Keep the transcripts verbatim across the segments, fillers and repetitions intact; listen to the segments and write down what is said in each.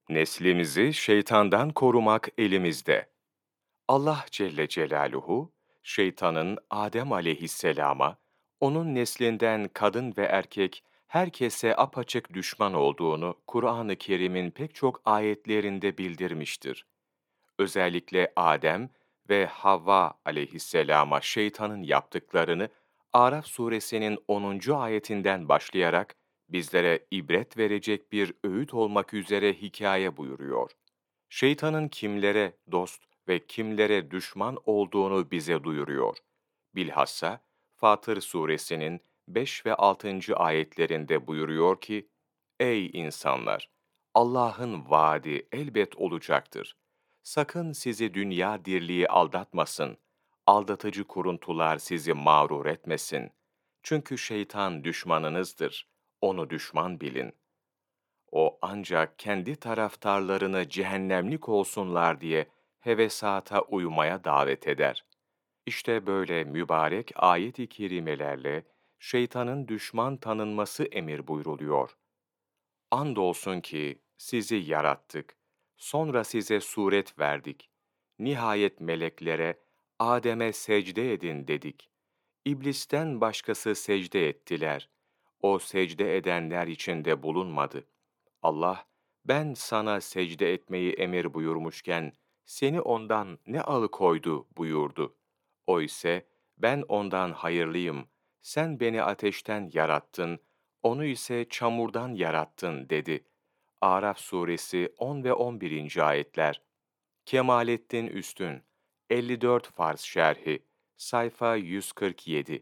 Neslimizi şeytandan korumak elimizde. Allah Celle Celaluhu, şeytanın Adem aleyhisselama, onun neslinden kadın ve erkek herkese apaçık düşman olduğunu Kur'an-ı Kerim'in pek çok ayetlerinde bildirmiştir. Özellikle Adem ve Havva aleyhisselama şeytanın yaptıklarını Araf suresinin onuncu ayetinden başlayarak bizlere ibret verecek bir öğüt olmak üzere hikaye buyuruyor. Şeytanın kimlere dost ve kimlere düşman olduğunu bize duyuruyor. Bilhassa Fatır suresinin beş ve altıncı ayetlerinde buyuruyor ki, Ey insanlar! Allah'ın vaadi elbet olacaktır. Sakın sizi dünya dirliği aldatmasın. Aldatıcı kuruntular sizi mağrur etmesin. Çünkü şeytan düşmanınızdır. Onu düşman bilin. O ancak kendi taraftarlarını cehennemlik olsunlar diye hevesata uymaya davet eder. İşte böyle mübarek ayet-i kerimelerle şeytanın düşman tanınması emir buyruluyor. Andolsun ki sizi yarattık, sonra size suret verdik. Nihayet meleklere, Adem'e secde edin dedik. İblisten başkası secde ettiler. O secde edenler içinde bulunmadı. Allah, ben sana secde etmeyi emir buyurmuşken, seni ondan ne alıkoydu buyurdu. O ise, ben ondan hayırlıyım, sen beni ateşten yarattın, onu ise çamurdan yarattın dedi. Araf suresi on ve on birinci ayetler. Kemalettin Üstün, elli dört Fars Şerhi, sayfa yüz kırk yedi.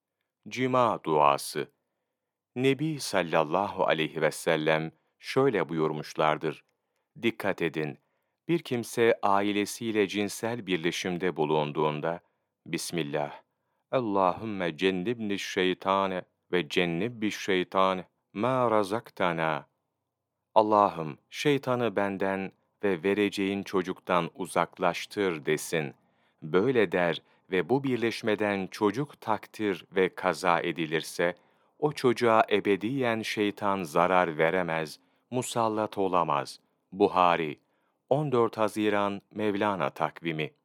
Cima duası. Nebi sallallahu aleyhi ve sellem şöyle buyurmuşlardır. Dikkat edin, bir kimse ailesiyle cinsel birleşimde bulunduğunda, Bismillah, Allahümme cennibni şeytane ve cennibbi şeytane ma razaktana. Allah'ım şeytanı benden ve vereceğin çocuktan uzaklaştır desin. Böyle der ve bu birleşmeden çocuk takdir ve kaza edilirse, o çocuğa ebediyen şeytan zarar veremez, musallat olamaz. Buhari, on dört Haziran Mevlana takvimi.